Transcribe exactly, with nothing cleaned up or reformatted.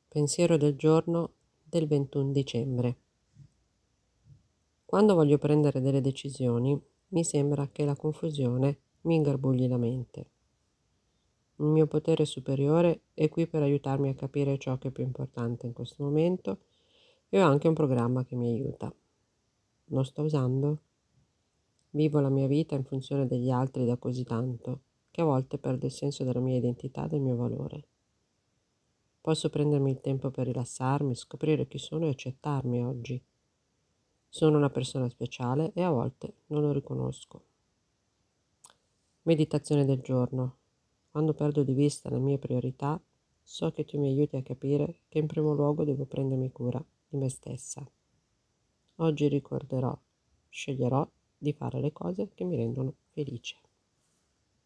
Pensiero del giorno del ventuno dicembre. Quando voglio prendere delle decisioni, mi sembra che la confusione mi ingarbugli la mente. Il mio potere superiore è qui per aiutarmi a capire ciò che è più importante in questo momento e ho anche un programma che mi aiuta. Lo sto usando? Vivo la mia vita in funzione degli altri da così tanto che a volte perdo il senso della mia identità e del mio valore. Posso prendermi il tempo per rilassarmi, scoprire chi sono e accettarmi oggi. Sono una persona speciale e a volte non lo riconosco. Meditazione del giorno. Quando perdo di vista le mie priorità, so che tu mi aiuti a capire che in primo luogo devo prendermi cura di me stessa. Oggi ricorderò, sceglierò di fare le cose che mi rendono felice.